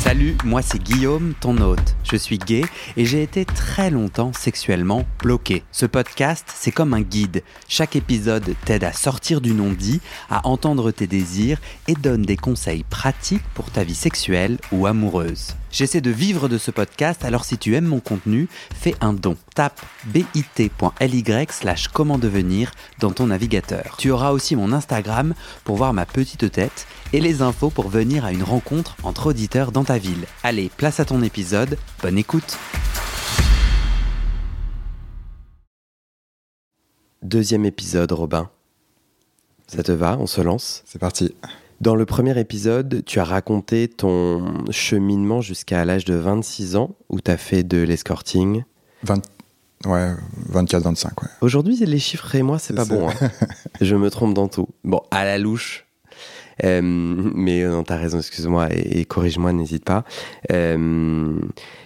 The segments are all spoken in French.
Salut, moi c'est Guillaume, ton hôte. Je suis gay et j'ai été très longtemps sexuellement bloqué. Ce podcast, c'est comme un guide. Chaque épisode t'aide à sortir du non-dit, à entendre tes désirs et donne des conseils pratiques pour ta vie sexuelle ou amoureuse. J'essaie de vivre de ce podcast, alors si tu aimes mon contenu, fais un don. Tape bit.ly/comment devenir dans ton navigateur. Tu auras aussi mon Instagram pour voir ma petite tête et les infos pour venir à une rencontre entre auditeurs dans ta ville. Allez, place à ton épisode, bonne écoute. Deuxième épisode, Robin. Ça te va, on se lance ? C'est parti. Dans le premier épisode, tu as raconté ton cheminement jusqu'à l'âge de 26 ans, où tu as fait de l'escorting. 24-25, ouais. Aujourd'hui, les chiffres et moi, c'est pas bon. Hein. Je me trompe dans tout. Bon, à la louche. Mais non, t'as raison, excuse-moi, et corrige-moi, n'hésite pas. On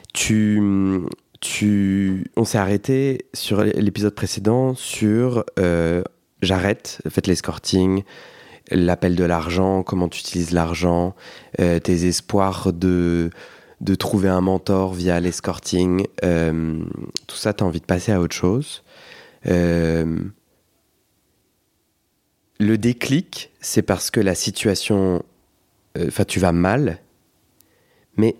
s'est arrêté sur l'épisode précédent sur j'arrête, faites l'escorting, l'appel de l'argent, comment tu utilises l'argent, tes espoirs de trouver un mentor via l'escorting, tout ça, t'as envie de passer à autre chose. Le déclic, c'est parce que la situation... tu vas mal, mais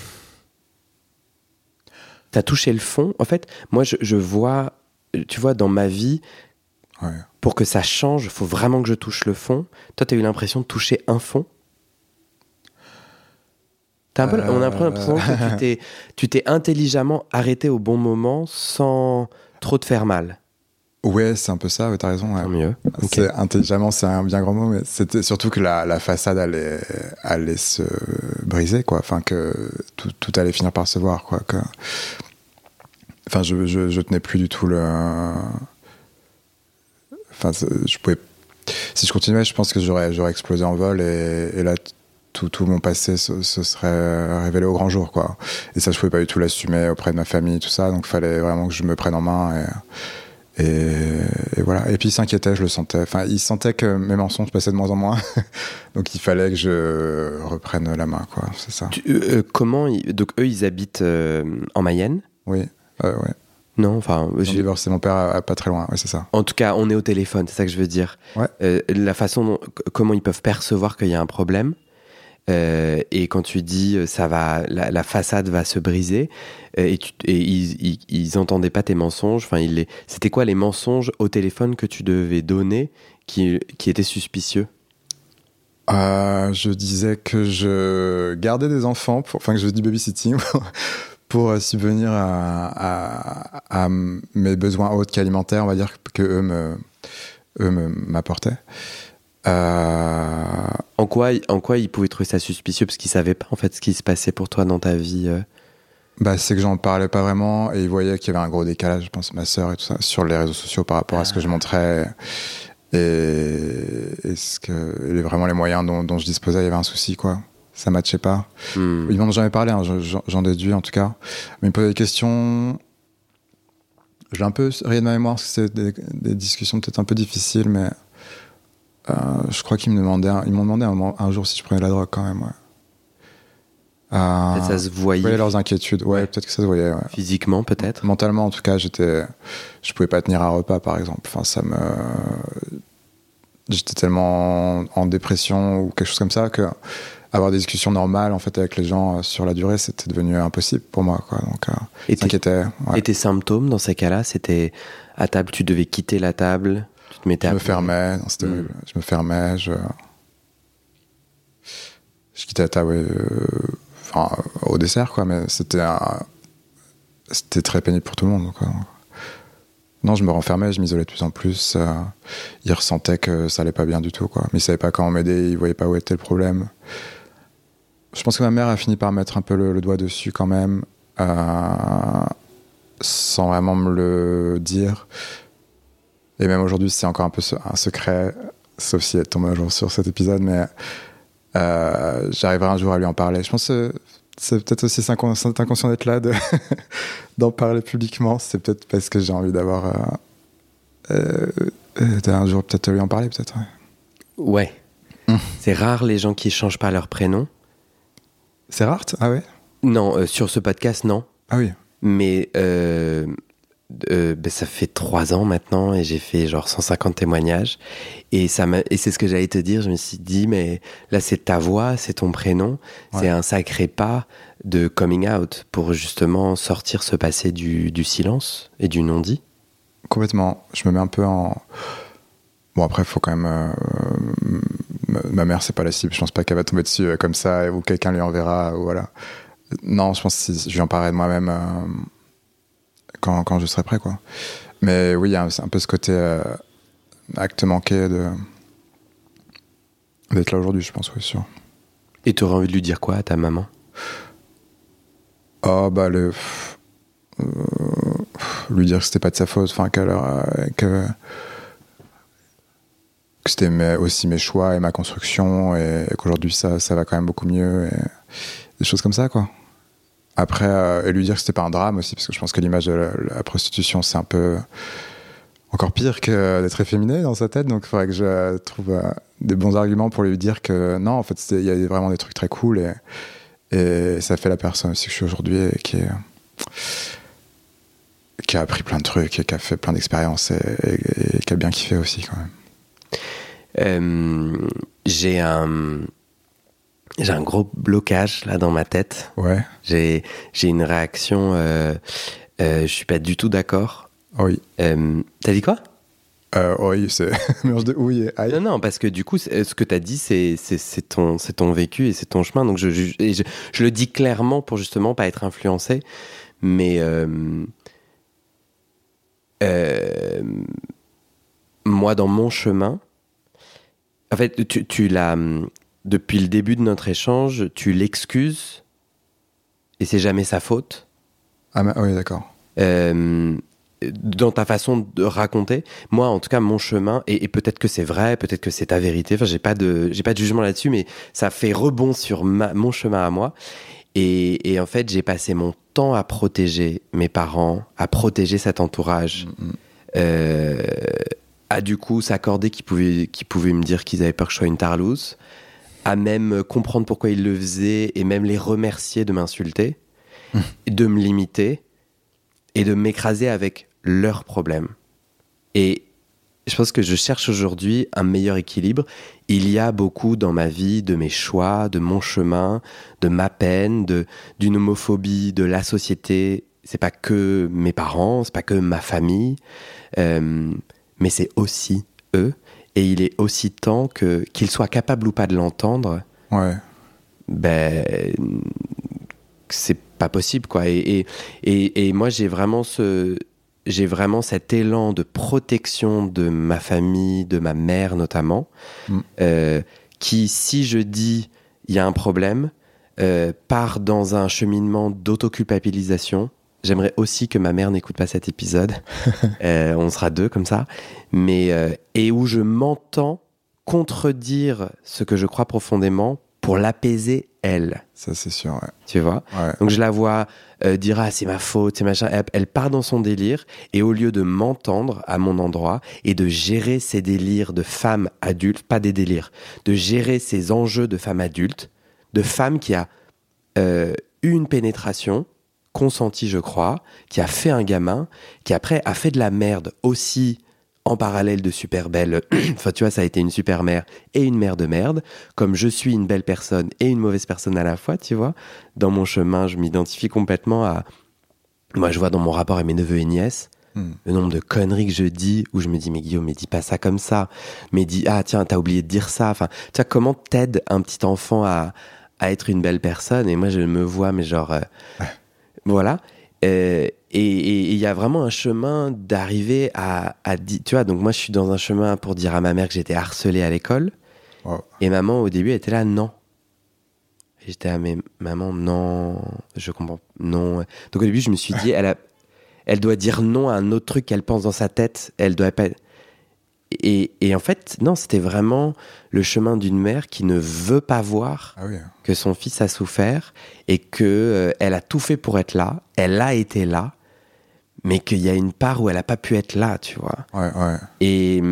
t'as touché le fond. En fait, moi, je vois... Tu vois, dans ma vie, ouais. Pour que ça change, il faut vraiment que je touche le fond. Toi, t'as eu l'impression de toucher un fond ? On a un peu l'impression que tu t'es intelligemment arrêté au bon moment sans trop te faire mal. Ouais, c'est un peu ça, ouais, t'as raison. Ouais. Tant mieux. Okay. C'est, intelligemment, c'est un bien grand mot, mais c'était surtout que la façade allait se briser, quoi. Enfin, que tout allait finir par se voir, quoi. Enfin, je tenais plus du tout le... Enfin, je pouvais... Si je continuais, je pense que j'aurais explosé en vol et là... Tout mon passé se serait révélé au grand jour, quoi. Et ça, je pouvais pas du tout l'assumer auprès de ma famille, tout ça. Donc, il fallait vraiment que je me prenne en main. Et voilà. Et puis, il s'inquiétait, je le sentais. Enfin, il sentait que mes mensonges passaient de moins en moins. Donc, il fallait que je reprenne la main, quoi. C'est ça. Donc, eux, ils habitent en Mayenne ? Oui, ouais. Non, enfin... J'ai divorcé mon père à pas très loin, oui, c'est ça. En tout cas, on est au téléphone, c'est ça que je veux dire. Ouais. La façon comment ils peuvent percevoir qu'il y a un problème... et quand tu dis ça va, la façade va se briser, et ils entendaient pas tes mensonges. Enfin, c'était quoi les mensonges au téléphone que tu devais donner qui étaient suspicieux ? Je disais que je gardais des enfants, que je faisais du babysitting pour subvenir à mes besoins autres qu'alimentaires, on va dire, que eux m'apportaient. En quoi ils pouvaient trouver ça suspicieux parce qu'ils savaient pas en fait ce qui se passait pour toi dans ta vie c'est que j'en parlais pas vraiment et ils voyaient qu'il y avait un gros décalage, je pense, ma sœur et tout ça, sur les réseaux sociaux par rapport à ce que je montrais et vraiment les moyens dont je disposais, il y avait un souci, quoi. Ça matchait pas. Ils m'en ont jamais parlé, hein, j'en déduis en tout cas. Mais ils me posaient des questions. Je l'ai un peu rayé de ma mémoire parce que c'est des discussions peut-être un peu difficiles, mais je crois qu'ils m'ont demandé un jour si je prenais de la drogue quand même, ouais. Ça se voyait. Je voyais leurs inquiétudes, ouais, peut-être que ça se voyait. Ouais. Physiquement, peut-être. Mentalement, en tout cas, je pouvais pas tenir un repas, par exemple. Enfin, j'étais tellement en dépression ou quelque chose comme ça que avoir des discussions normales en fait avec les gens sur la durée, c'était devenu impossible pour moi, quoi. Donc, ils s'inquiétaient. Ouais. Et tes symptômes dans ces cas-là, c'était à table, tu devais quitter la table. Je me fermais, non, c'était horrible. Je me fermais, je quittais la table, au dessert, quoi, mais c'était très pénible pour tout le monde, quoi. Non, je me renfermais, je m'isolais de plus en plus. Ils ressentaient que ça allait pas bien du tout, quoi. Mais ils savaient pas comment m'aider, ils voyaient pas où était le problème. Je pense que ma mère a fini par mettre un peu le doigt dessus quand même, sans vraiment me le dire. Et même aujourd'hui, c'est encore un peu un secret, sauf si elle tombe un jour sur cet épisode, mais j'arriverai un jour à lui en parler. Je pense que c'est peut-être aussi cet inconscient d'être là, d'en parler publiquement. C'est peut-être parce que j'ai envie d'avoir... un jour peut-être lui en parler, peut-être. Ouais. C'est rare les gens qui changent pas leur prénom. C'est rare? Ah ouais? Non, sur ce podcast, non. Ah oui. Mais ça fait 3 ans maintenant et j'ai fait genre 150 témoignages. Et c'est ce que j'allais te dire. Je me suis dit, mais là, c'est ta voix, c'est ton prénom. Ouais. C'est un sacré pas de coming out pour justement sortir, se passer du silence et du non-dit. Complètement. Je me mets un peu en... Bon, après, il faut quand même... Ma mère, c'est pas la cible. Je pense pas qu'elle va tomber dessus comme ça ou quelqu'un lui enverra. Ou voilà. Non, je pense que je lui en parlerai de moi-même quand je serai prêt, quoi. Mais oui, il y a un peu ce côté acte manqué d'être là aujourd'hui, je pense, oui, sûr. Et tu aurais envie de lui dire quoi à ta maman? Oh, bah, lui dire que c'était pas de sa faute, enfin, que c'était aussi mes choix et ma construction, et qu'aujourd'hui, ça va quand même beaucoup mieux, et des choses comme ça, quoi. Après, et lui dire que c'était pas un drame aussi, parce que je pense que l'image de la prostitution, c'est un peu encore pire que d'être efféminé dans sa tête, donc il faudrait que je trouve des bons arguments pour lui dire que non, en fait, il y a vraiment des trucs très cool, et ça fait la personne aussi que je suis aujourd'hui, et qui a appris plein de trucs, et qui a fait plein d'expériences, et qui a bien kiffé aussi, quand même. J'ai un gros blocage là dans ma tête. Ouais. J'ai une réaction. Je suis pas du tout d'accord. Oui. T'as dit quoi? Oui, c'est mélange de oui et aïe. Non, parce que du coup, ce que t'as dit, c'est ton vécu et c'est ton chemin. Donc je le dis clairement pour justement pas être influencé. Mais moi, dans mon chemin, en fait, tu l'as. Depuis le début de notre échange, tu l'excuses et c'est jamais sa faute. Ah, oui, d'accord. Dans ta façon de raconter, moi, en tout cas, mon chemin, et peut-être que c'est vrai, peut-être que c'est ta vérité, enfin, j'ai pas de jugement là-dessus, mais ça fait rebond sur mon chemin à moi. Et en fait, j'ai passé mon temps à protéger mes parents, à protéger cet entourage, à du coup s'accorder qu'ils pouvaient me dire qu'ils avaient peur que je sois une tarlouse, à même comprendre pourquoi ils le faisaient et même les remercier de m'insulter, de me limiter et de m'écraser avec leurs problèmes. Et je pense que je cherche aujourd'hui un meilleur équilibre. Il y a beaucoup dans ma vie de mes choix, de mon chemin, de ma peine, d'une homophobie, de la société. C'est pas que mes parents, c'est pas que ma famille, mais c'est aussi eux. Et il est aussi temps qu'ils soient capables ou pas de l'entendre. Ouais. C'est pas possible, quoi. Et moi, j'ai vraiment cet élan de protection de ma famille, de ma mère notamment, qui, si je dis il y a un problème, part dans un cheminement d'autoculpabilisation. J'aimerais aussi que ma mère n'écoute pas cet épisode. On sera 2 comme ça. Et où je m'entends contredire ce que je crois profondément pour l'apaiser, elle. Ça, c'est sûr, ouais. Tu vois ? Ouais. Donc je la vois dire « Ah, c'est ma faute, c'est machin ». Elle part dans son délire. Et au lieu de m'entendre à mon endroit et de gérer ses délires de femme adulte, pas des délires, de gérer ses enjeux de femme adulte, de femme qui a eu une pénétration consenti, je crois, qui a fait un gamin, qui après a fait de la merde aussi en parallèle de super belle. Enfin, tu vois, ça a été une super mère et une mère de merde. Comme je suis une belle personne et une mauvaise personne à la fois, tu vois. Dans mon chemin, je m'identifie complètement à... Moi, je vois dans mon rapport à mes neveux et nièces, le nombre de conneries que je dis, où je me dis, mais Guillaume, mais dis pas ça comme ça. Mais dis, ah tiens, t'as oublié de dire ça. Enfin, tu vois, comment t'aides un petit enfant à être une belle personne? Et moi, je me vois, mais genre... Voilà. Et il y a vraiment un chemin d'arriver à tu vois, donc moi je suis dans un chemin pour dire à ma mère que j'étais harcelé à l'école. Wow. Et maman au début elle était là, non. Et j'étais là, mais maman, non, je comprends, non. Donc au début je me suis dit, elle doit dire non à un autre truc qu'elle pense dans sa tête, elle doit pas... Et en fait, non, c'était vraiment le chemin d'une mère qui ne veut pas voir que son fils a souffert et que elle a tout fait pour être là, elle a été là, mais qu'il y a une part où elle a pas pu être là, tu vois. Ouais.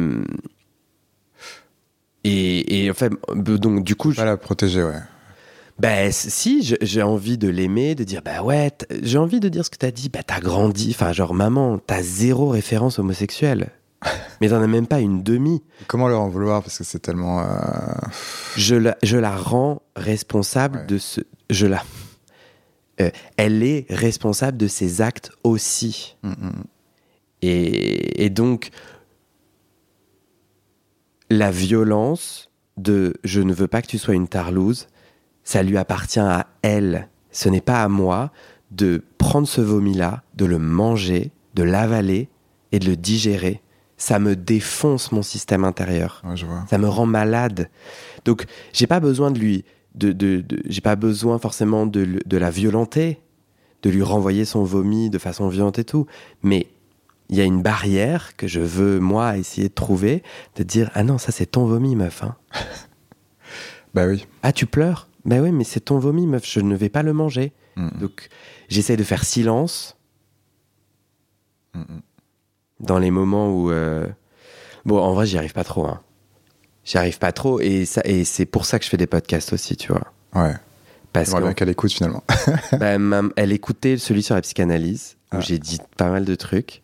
Et en fait, donc du coup... Pas la protéger, ouais. Ben si, j'ai envie de l'aimer, de dire bah ouais, j'ai envie de dire ce que t'as dit, bah t'as grandi, enfin genre maman, t'as 0 référence homosexuelle, mais t'en as même pas une demi. Comment leur en vouloir parce que c'est tellement. Je la rends responsable de ce, elle est responsable de ses actes aussi. Et donc la violence de je ne veux pas que tu sois une tarlouse, ça lui appartient à elle. Ce n'est pas à moi de prendre ce vomi-là, de le manger, de l'avaler et de le digérer. Ça me défonce mon système intérieur. Ouais, je vois. Ça me rend malade. Donc, j'ai pas besoin de lui... j'ai pas besoin forcément de la violenter, de lui renvoyer son vomi de façon violente et tout. Mais il y a une barrière que je veux, moi, essayer de trouver, de dire « Ah non, ça, c'est ton vomi, meuf. Hein. » Bah oui. Ah, tu pleures ? Ben oui, mais c'est ton vomi, meuf, je ne vais pas le manger. Donc, j'essaie de faire silence dans les moments où... Bon, en vrai, j'y arrive pas trop. Hein. J'y arrive pas trop, et c'est pour ça que je fais des podcasts aussi, tu vois. Ouais. Parce J'aimerais bien qu'elle écoute, finalement. Elle écoutait celui sur la psychanalyse, où j'ai dit pas mal de trucs.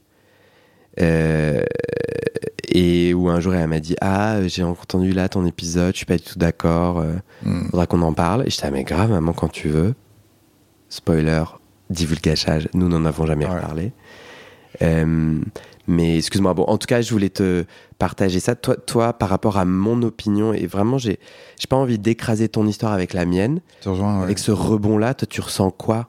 Et où un jour elle m'a dit j'ai entendu là ton épisode, je suis pas du tout d'accord, faudra qu'on en parle. Et j'étais mais grave maman, quand tu veux. Spoiler, divulgachage, nous n'en avons jamais reparlé. Mais excuse-moi, bon, en tout cas je voulais te partager ça, toi par rapport à mon opinion, et vraiment j'ai pas envie d'écraser ton histoire avec la mienne. Tu rejoins, avec ce rebond là, toi tu ressens quoi?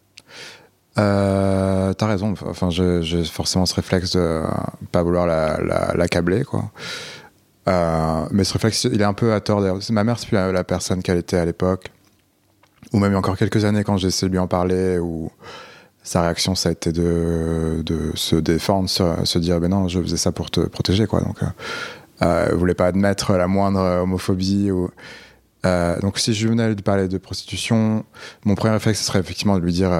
T'as raison, enfin j'ai forcément ce réflexe de pas vouloir l'accabler, quoi. Mais ce réflexe, il est un peu à tort d'ailleurs. Ma mère, c'est plus la personne qu'elle était à l'époque, ou même il y a encore quelques années quand j'ai essayé de lui en parler, où sa réaction ça a été de se défendre, se dire ben non, je faisais ça pour te protéger, quoi. Donc elle voulait pas admettre la moindre homophobie ou... donc si je venais lui parler de prostitution, mon premier réflexe ce serait effectivement de lui dire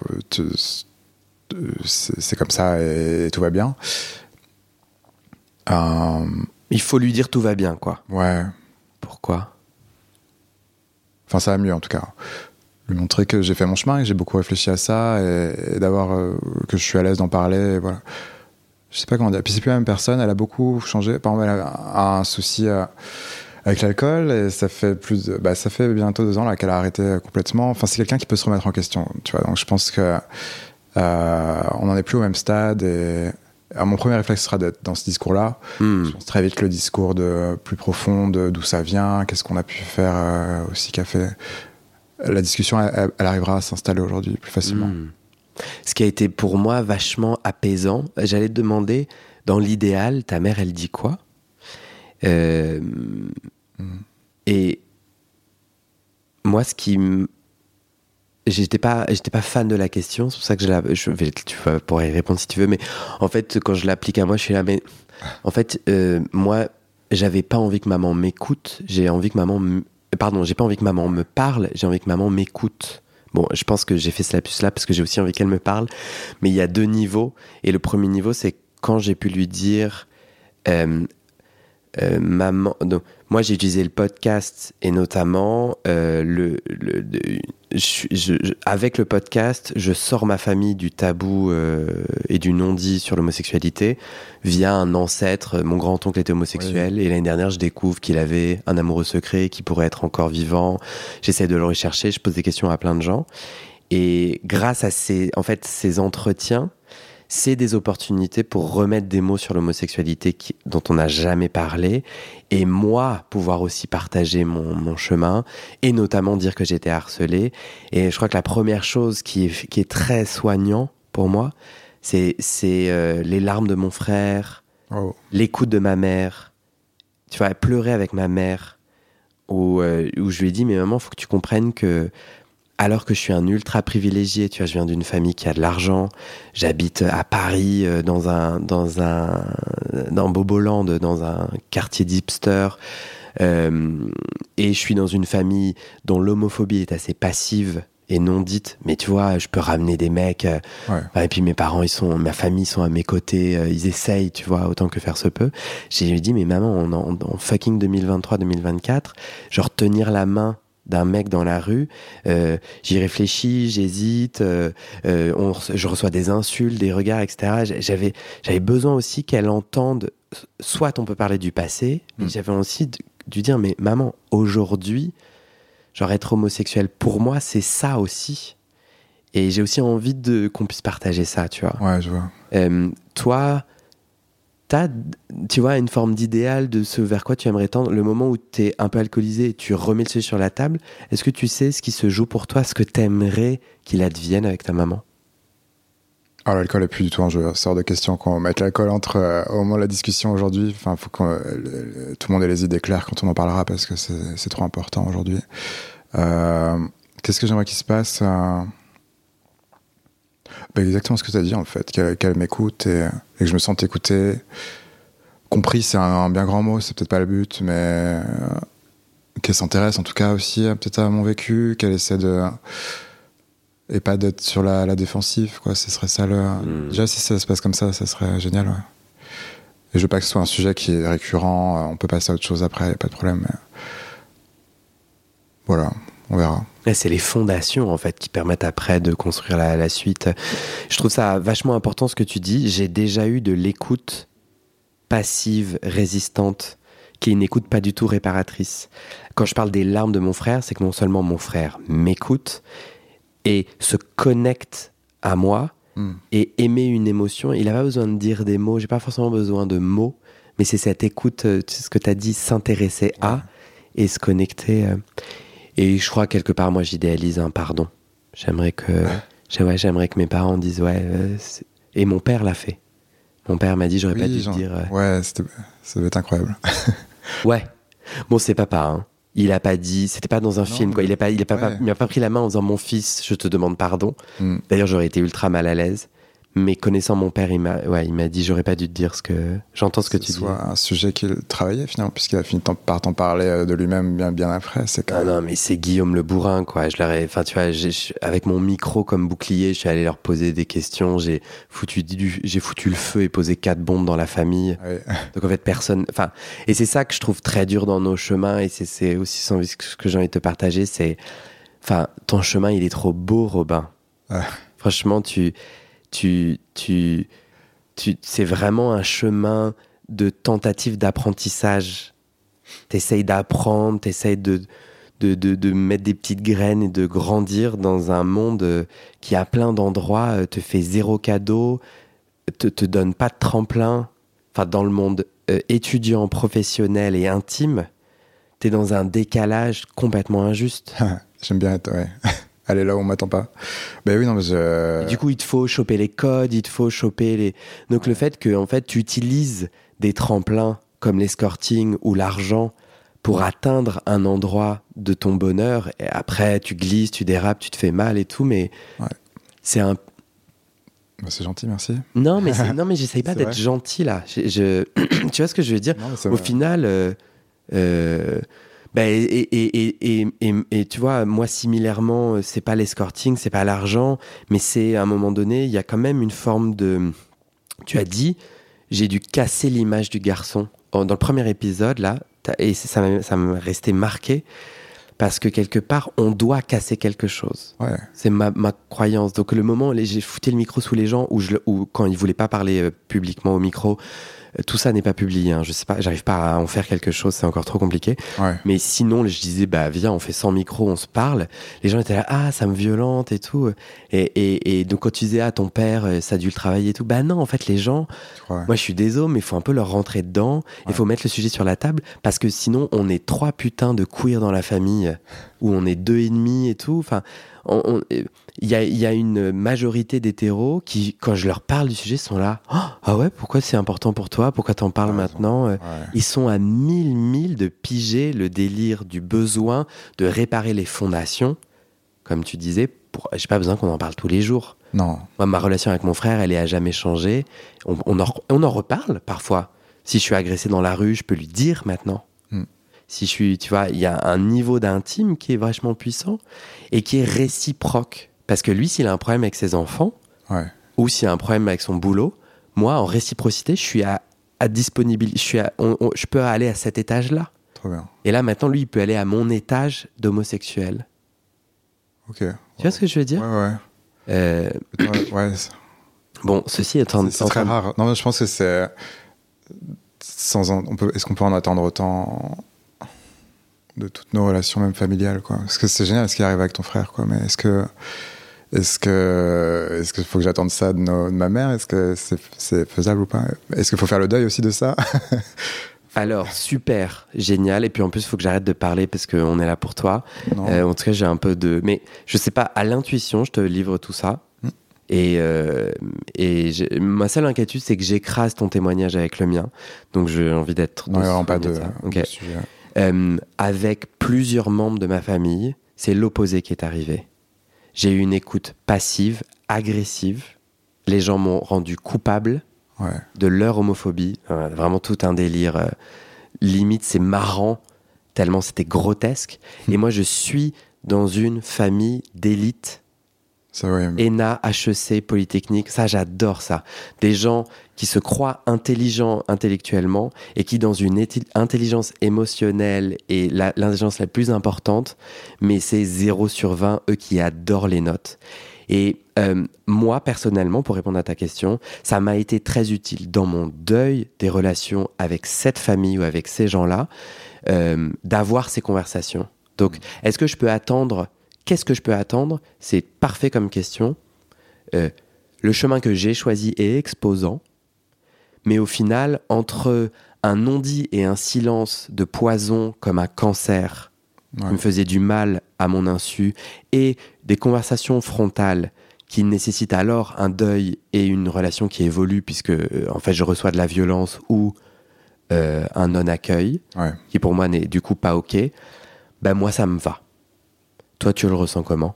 c'est comme ça et tout va bien. Il faut lui dire tout va bien, quoi. Ouais. Pourquoi? Enfin ça va mieux en tout cas. Lui montrer que j'ai fait mon chemin et que j'ai beaucoup réfléchi à ça et d'avoir que je suis à l'aise d'en parler, et voilà. Je sais pas comment dire. Puis c'est plus la même personne, elle a beaucoup changé. Par exemple, elle a un souci avec l'alcool, et ça fait ça fait bientôt 2 ans là qu'elle a arrêté complètement. Enfin, c'est quelqu'un qui peut se remettre en question, tu vois. Donc je pense que on n'en est plus au même stade. Et mon premier réflexe sera d'être dans ce discours-là. Je pense très vite que le discours plus profond, d'où ça vient, qu'est-ce qu'on a pu faire aussi, qu'a fait. La discussion, elle arrivera à s'installer aujourd'hui plus facilement. Ce qui a été pour moi vachement apaisant. J'allais te demander, dans l'idéal, ta mère, elle dit quoi? Et moi, j'étais pas fan de la question, c'est pour ça que tu pourrais y répondre si tu veux, mais en fait quand je l'applique à moi, je suis là, mais en fait moi j'avais pas envie que maman m'écoute, j'ai pas envie que maman me parle, j'ai envie que maman m'écoute. Bon, je pense que j'ai fait ce lapsus là parce que j'ai aussi envie qu'elle me parle, mais il y a 2 niveaux, et le premier niveau c'est quand j'ai pu lui dire maman, donc, moi j'ai utilisé le podcast, et notamment avec le podcast je sors ma famille du tabou et du non-dit sur l'homosexualité via un ancêtre. Mon grand-oncle était homosexuel, et l'année dernière je découvre qu'il avait un amoureux secret qui pourrait être encore vivant. J'essaie de le rechercher, je pose des questions à plein de gens, et grâce à ces entretiens, c'est des opportunités pour remettre des mots sur l'homosexualité dont on n'a jamais parlé, et moi pouvoir aussi partager mon chemin, et notamment dire que j'étais harcelé. Et je crois que la première chose qui est très soignant pour moi, c'est les larmes de mon frère, l'écoute de ma mère, tu vois, pleurer avec ma mère, où je lui ai dit mais maman, faut que tu comprennes que alors que je suis un ultra privilégié, tu vois, je viens d'une famille qui a de l'argent, j'habite à Paris dans Boboland, dans un quartier d'hipster, et je suis dans une famille dont l'homophobie est assez passive et non dite, mais tu vois, je peux ramener des mecs, et puis ma famille sont à mes côtés, ils essayent, tu vois, autant que faire se peut. J'ai dit mais maman, en fucking 2023-2024, genre tenir la main d'un mec dans la rue, j'y réfléchis, j'hésite, je reçois des insultes, des regards, etc. J'avais besoin aussi qu'elle entende, soit on peut parler du passé, mais j'avais aussi dû dire, mais maman, aujourd'hui, genre être homosexuel, pour moi, c'est ça aussi. Et j'ai aussi envie qu'on puisse partager ça, tu vois. Ouais, je vois. Toi, t'as, tu vois, une forme d'idéal de ce vers quoi tu aimerais tendre, le moment où t'es un peu alcoolisé et tu remets le sujet sur la table, est-ce que tu sais ce qui se joue pour toi, ce que t'aimerais qu'il advienne avec ta maman? Alors, l'alcool est plus du tout un jeu. Ça sort de question qu'on mette l'alcool au moment de la discussion aujourd'hui. Enfin, faut que tout le monde ait les idées claires quand on en parlera parce que c'est trop important aujourd'hui. Qu'est-ce que j'aimerais qu'il se passe exactement ce que tu as dit en fait, qu'elle m'écoute et que je me sente écouté. Compris, c'est un bien grand mot, c'est peut-être pas le but, mais qu'elle s'intéresse en tout cas aussi peut-être à mon vécu, qu'elle essaie et pas d'être sur la défensive, quoi. Ce serait ça Déjà, si ça se passe comme ça serait génial, ouais. Et je veux pas que ce soit un sujet qui est récurrent, on peut passer à autre chose après, y a pas de problème, mais voilà, on verra. Et c'est les fondations en fait qui permettent après de construire la suite. Je trouve ça vachement important ce que tu dis. J'ai déjà eu de l'écoute passive, résistante, qui est une écoute pas du tout réparatrice. Quand je parle des larmes de mon frère, c'est que non seulement mon frère m'écoute et se connecte à moi et émet une émotion. Il n'a pas besoin de dire des mots, j'ai pas forcément besoin de mots, mais c'est cette écoute, ce que tu as dit, s'intéresser à et se connecter. Et je crois quelque part, moi, j'idéalise un pardon. J'aimerais que mes parents disent et mon père l'a fait. Mon père m'a dit, j'aurais pas dû te dire. Ouais, ça devait être incroyable. Ouais. Bon, c'est papa, hein. Il a pas dit, c'était pas dans un film, quoi. Il m'a pas pris la main en disant, mon fils, je te demande pardon. D'ailleurs, j'aurais été ultra mal à l'aise. Mais connaissant mon père, il m'a dit, j'aurais pas dû te dire j'entends ce que tu dis. C'est un sujet qu'il travaillait finalement, puisqu'il a fini par t'en parler de lui-même bien après. C'est quand même... Non, mais c'est Guillaume le bourrin, quoi. Enfin, tu vois, avec mon micro comme bouclier, je suis allé leur poser des questions. J'ai foutu le feu et posé 4 bombes dans la famille. Ouais. Donc en fait, personne. Enfin, et c'est ça que je trouve très dur dans nos chemins. Et c'est aussi ce que j'ai envie de te partager. C'est, enfin, ton chemin, il est trop beau, Robin. Franchement, c'est vraiment un chemin de tentative d'apprentissage. T'essayes d'apprendre, t'essayes de mettre des petites graines et de grandir dans un monde qui, à plein d'endroits, te fait 0 cadeau, te donne pas de tremplin. Enfin, dans le monde étudiant, professionnel et intime, t'es dans un décalage complètement injuste. J'aime bien être... Ouais. Aller là où on m'attend pas. Ben oui, non, mais du coup, il te faut choper les codes, il te faut choper les... Donc le fait que en fait, tu utilises des tremplins comme l'escorting ou l'argent pour atteindre un endroit de ton bonheur, et après tu glisses, tu dérapes, tu te fais mal et tout, mais c'est un... Ben, c'est gentil, merci. Non, mais j'essaye pas d'être vrai. Gentil là. Tu vois ce que je veux dire? Au final... et tu vois, moi similairement, c'est pas l'escorting, c'est pas l'argent, mais c'est à un moment donné, il y a quand même une forme de... Tu as dit, j'ai dû casser l'image du garçon. Dans le premier épisode, là, et ça m'a resté marqué, parce que quelque part, on doit casser quelque chose. Ouais. C'est ma croyance. Donc le moment où j'ai foutu le micro sous les gens, ou quand ils voulaient pas parler publiquement au micro, tout ça n'est pas publié, hein. Je sais pas, j'arrive pas à en faire quelque chose, c'est encore trop compliqué. Ouais. Mais sinon, je disais, viens, on fait sans micro, on se parle. Les gens étaient là, ça me violente et tout. Et donc quand tu disais, ton père, ça a dû le travailler et tout. Non, en fait, les gens, moi je suis désolé, mais il faut un peu leur rentrer dedans. Il faut mettre le sujet sur la table, parce que sinon, on est 3 putains de queer dans la famille, où on est 2 ennemis et tout. Enfin, il y a une majorité d'hétéros qui, quand je leur parle du sujet, sont là, ah ouais, pourquoi c'est important pour toi, pourquoi t'en parles maintenant? Ils sont à 1000 de piger le délire du besoin de réparer les fondations, comme tu disais. J'ai pas besoin qu'on en parle tous les jours. Non. Moi, ma relation avec mon frère, elle est à jamais changée. On en reparle parfois. Si je suis agressé dans la rue, je peux lui dire maintenant. Si tu vois, il y a un niveau d'intime qui est vachement puissant et qui est réciproque. Parce que lui, s'il a un problème avec ses enfants, ou s'il a un problème avec son boulot, moi, en réciprocité, je suis à disponibilité. Je peux aller à cet étage-là. Trop bien. Et là, maintenant, lui, il peut aller à mon étage d'homosexuel. Ok. Tu vois ce que je veux dire? Ouais. Ouais. Bon, ceci étant... C'est très rare. Non, mais je pense que c'est... Est-ce qu'on peut en attendre autant de toutes nos relations, même familiales, quoi? Parce que c'est génial ce qui arrive avec ton frère, quoi. Mais est-ce que faut que j'attende ça de ma mère? Est-ce que c'est faisable ou pas? Est-ce qu'il faut faire le deuil aussi de ça? Alors, super, génial. Et puis en plus, il faut que j'arrête de parler parce qu'on est là pour toi. En tout cas, j'ai un peu de... Mais je sais pas, à l'intuition, je te livre tout ça. Ma seule inquiétude, c'est que j'écrase ton témoignage avec le mien. Donc j'ai envie d'être... Non, il n'y a vraiment pas de sujet. Avec plusieurs membres de ma famille, c'est l'opposé qui est arrivé. J'ai eu une écoute passive, agressive. Les gens m'ont rendu coupable de leur homophobie. Vraiment tout un délire. Limite, c'est marrant, tellement c'était grotesque. Et moi, je suis dans une famille d'élite. ENA, HEC, Polytechnique, ça j'adore ça. Des gens qui se croient intelligents intellectuellement et qui dans une intelligence émotionnelle et l'intelligence la plus importante, mais c'est 0 sur 20, eux qui adorent les notes. Et moi personnellement, pour répondre à ta question, ça m'a été très utile dans mon deuil des relations avec cette famille ou avec ces gens-là, d'avoir ces conversations. Donc, est-ce que je peux attendre... Qu'est-ce que je peux attendre? C'est parfait comme question. Le chemin que j'ai choisi est exposant, mais au final, entre un non-dit et un silence de poison comme un cancer qui me faisait du mal à mon insu, et des conversations frontales qui nécessitent alors un deuil et une relation qui évolue, puisque en fait je reçois de la violence ou un non-accueil, qui pour moi n'est du coup pas ok, ben moi ça me va. Toi, tu le ressens comment?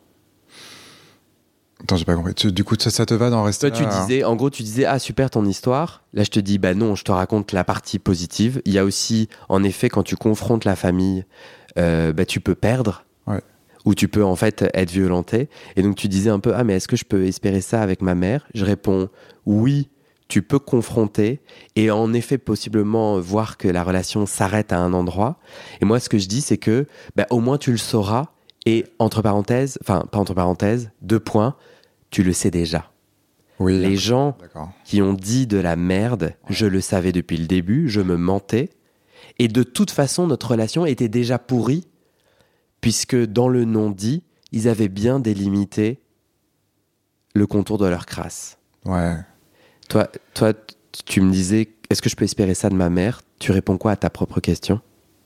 Attends, j'ai pas compris. Du coup, ça te va d'en rester là? Toi, tu disais, ah super ton histoire. Là, je te dis, bah non, je te raconte la partie positive. Il y a aussi, en effet, quand tu confrontes la famille, tu peux perdre. Ou tu peux en fait être violenté. Et donc, tu disais un peu, ah mais est-ce que je peux espérer ça avec ma mère? Je réponds, oui, tu peux confronter et en effet, possiblement voir que la relation s'arrête à un endroit. Et moi, ce que je dis, c'est que au moins tu le sauras. Et entre parenthèses, enfin pas entre parenthèses, 2 points, tu le sais déjà. Oui, les gens qui ont dit de la merde, je le savais depuis le début, je me mentais. Et de toute façon, notre relation était déjà pourrie, puisque dans le non-dit, ils avaient bien délimité le contour de leur crasse. Ouais. Toi, tu me disais, est-ce que je peux espérer ça de ma mère? Tu réponds quoi à ta propre question?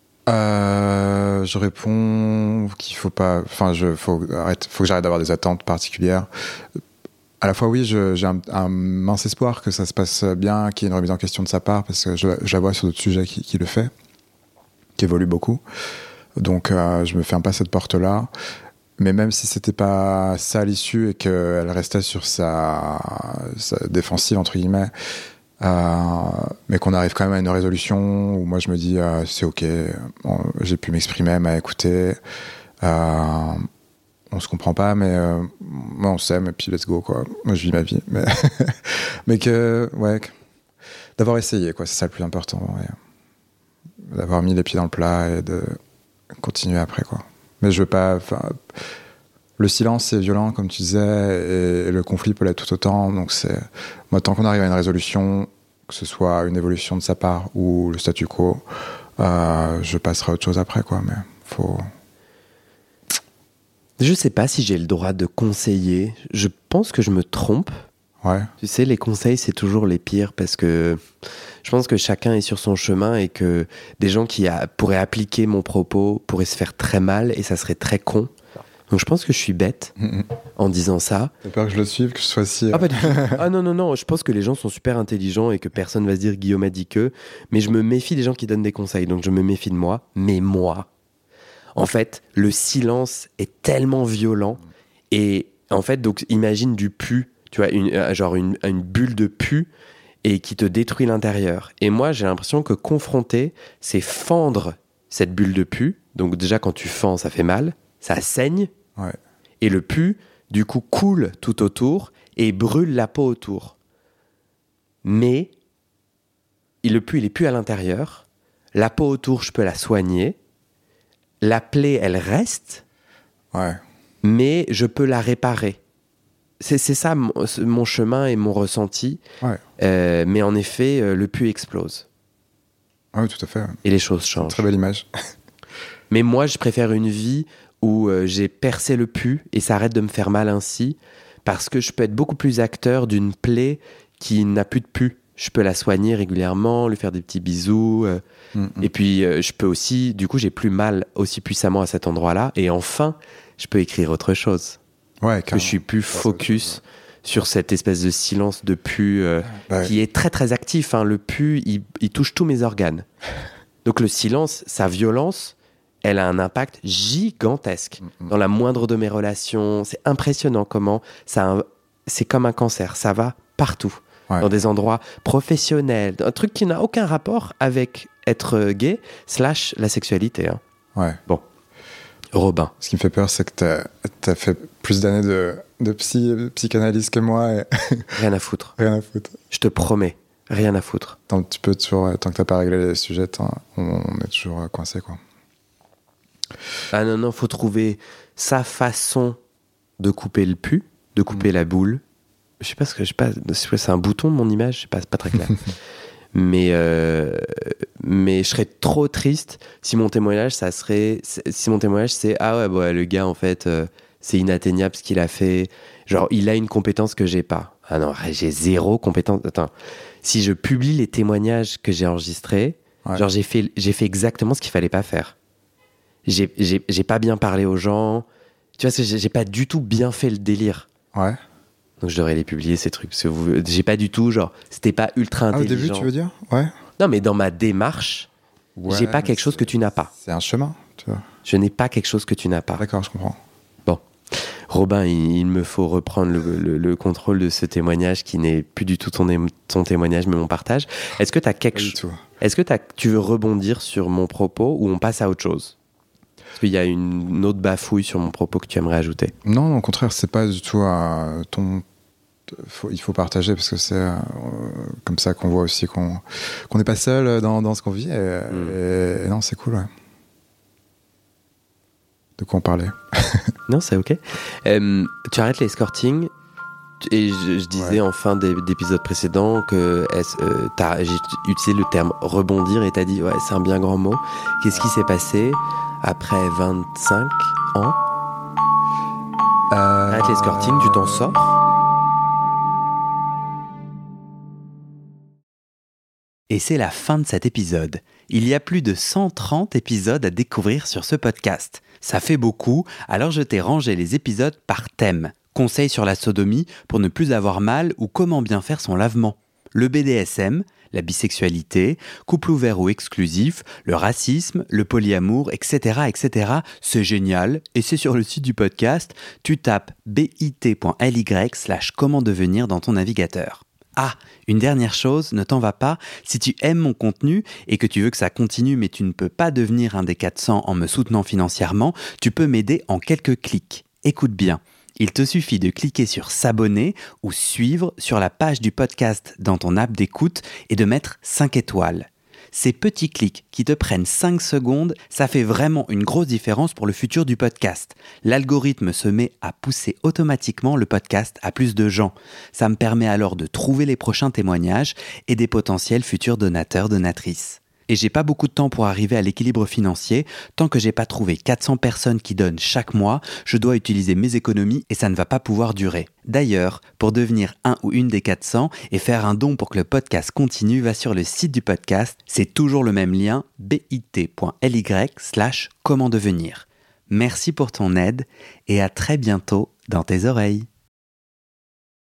Je réponds qu'il faut pas. Enfin, faut que j'arrête d'avoir des attentes particulières. À la fois, oui, j'ai un mince espoir que ça se passe bien, qu'il y ait une remise en question de sa part, parce que je la vois sur d'autres sujets qui le fait, qui évolue beaucoup. Donc, je me ferme pas cette porte-là. Mais même si c'était pas ça l'issue et qu'elle restait sur sa défensive, entre guillemets, mais qu'on arrive quand même à une résolution où moi je me dis c'est ok, j'ai pu m'exprimer, elle m'a écouté, on se comprend pas mais on s'aime et puis let's go quoi. Moi je vis ma vie mais d'avoir essayé quoi, c'est ça le plus important, d'avoir mis les pieds dans le plat et de continuer après quoi. Mais je veux pas, le silence c'est violent comme tu disais et le conflit peut l'être tout autant, donc moi tant qu'on arrive à une résolution, que ce soit une évolution de sa part ou le statu quo, je passerai à autre chose après quoi, mais faut... Je sais pas si j'ai le droit de conseiller, je pense que je me trompe. Tu sais, les conseils c'est toujours les pires parce que je pense que chacun est sur son chemin et que des gens qui pourraient appliquer mon propos pourraient se faire très mal et ça serait très con. Donc je pense que je suis bête en disant ça. T'as peur que je le suive, que je sois si... Ah, pas du tout. Ah non, je pense que les gens sont super intelligents et que personne va se dire Guillaume a dit que, mais je me méfie des gens qui donnent des conseils, donc je me méfie de moi. Mais moi, en fait, le silence est tellement violent et en fait, donc imagine du pu, tu vois, une bulle de pu et qui te détruit l'intérieur. Et moi, j'ai l'impression que confronter, c'est fendre cette bulle de pu. Donc déjà, quand tu fends, ça fait mal, ça saigne. Et le pu, du coup, coule tout autour et brûle la peau autour. Mais le pu, il est plus à l'intérieur. La peau autour, je peux la soigner. La plaie, elle reste, Ouais. mais je peux la réparer. C'est ça mon chemin et mon ressenti. Ouais. Mais en effet, le pus explose. Ah oui, tout à fait. Et les choses changent. Très belle image. Mais moi, je préfère une vie où j'ai percé le pus et ça arrête de me faire mal ainsi, parce que je peux être beaucoup plus acteur d'une plaie qui n'a plus de pus. Je peux la soigner régulièrement, lui faire des petits bisous. Et puis, je peux aussi, du coup, j'ai plus mal aussi puissamment à cet endroit-là. Et enfin, je peux écrire autre chose. Ouais, Que je suis plus focus sur cette espèce de silence de pus qui est très, très actif. Hein. Le pus, il touche tous mes organes. Donc, le silence, sa violence, elle a un impact gigantesque dans la moindre de mes relations. C'est impressionnant comment c'est comme un cancer. Ça va partout. Ouais. Dans des endroits professionnels, un truc qui n'a aucun rapport avec être gay / la sexualité. Hein. Ouais. Bon. Robin. Ce qui me fait peur, c'est que t'as fait plus d'années de psychanalyse que moi. Et Rien à foutre. Rien à foutre. Je te promets, rien à foutre. Tant que t'as pas réglé les sujets, on est toujours coincé, quoi. Ah non, faut trouver sa façon de couper le pus, de couper la boule. Je sais pas c'est un bouton mon image, c'est pas très clair. mais je serais trop triste si mon témoignage c'est ah ouais bah, le gars en fait c'est inatteignable ce qu'il a fait, genre il a une compétence que j'ai pas. Ah non, j'ai zéro compétence. Attends, si je publie les témoignages que j'ai enregistrés, genre j'ai fait exactement ce qu'il fallait pas faire. J'ai pas bien parlé aux gens, tu vois, j'ai pas du tout bien fait le délire. Ouais. Donc je devrais les publier ces trucs. J'ai pas du tout, genre, c'était pas ultra intelligent. Au début, tu veux dire ? Ouais. Non, mais dans ma démarche, j'ai pas quelque chose que tu n'as pas. C'est un chemin, tu vois. Je n'ai pas quelque chose que tu n'as pas. D'accord, je comprends. Bon. Robin, il me faut reprendre le contrôle de ce témoignage qui n'est plus du tout ton témoignage, mais mon partage. Est-ce que t'as quelque chose ? Est-ce que tu veux rebondir sur mon propos ou on passe à autre chose ? Est-ce qu'il y a une autre bafouille sur mon propos que tu aimerais ajouter ? Non, au contraire, c'est pas du tout il faut partager parce que c'est comme ça qu'on voit aussi qu'on n'est pas seul dans ce qu'on vit. Et non, c'est cool, ouais. De quoi on parlait ? Non, c'est ok. Tu arrêtes l'escorting et je disais en fin d'épisode précédent que j'ai utilisé le terme rebondir et t'as dit ouais, c'est un bien grand mot. Qu'est-ce qui s'est passé après 25 ans ? Arrête l'escorting, tu t'en sors ? Et c'est la fin de cet épisode. Il y a plus de 130 épisodes à découvrir sur ce podcast. Ça fait beaucoup, alors je t'ai rangé les épisodes par thème. Conseils sur la sodomie pour ne plus avoir mal ou comment bien faire son lavement. Le BDSM, la bisexualité, couple ouvert ou exclusif, le racisme, le polyamour, etc., etc. C'est génial et c'est sur le site du podcast. Tu tapes bit.ly/comment devenir dans ton navigateur. Ah, une dernière chose, ne t'en va pas, si tu aimes mon contenu et que tu veux que ça continue mais tu ne peux pas devenir un des 400 en me soutenant financièrement, tu peux m'aider en quelques clics. Écoute bien, il te suffit de cliquer sur s'abonner ou suivre sur la page du podcast dans ton app d'écoute et de mettre 5 étoiles. Ces petits clics qui te prennent 5 secondes, ça fait vraiment une grosse différence pour le futur du podcast. L'algorithme se met à pousser automatiquement le podcast à plus de gens. Ça me permet alors de trouver les prochains témoignages et des potentiels futurs donateurs, donatrices. Et j'ai pas beaucoup de temps pour arriver à l'équilibre financier. Tant que j'ai pas trouvé 400 personnes qui donnent chaque mois, je dois utiliser mes économies et ça ne va pas pouvoir durer. D'ailleurs, pour devenir un ou une des 400 et faire un don pour que le podcast continue, va sur le site du podcast. C'est toujours le même lien, bit.ly/comment devenir. Merci pour ton aide et à très bientôt dans tes oreilles.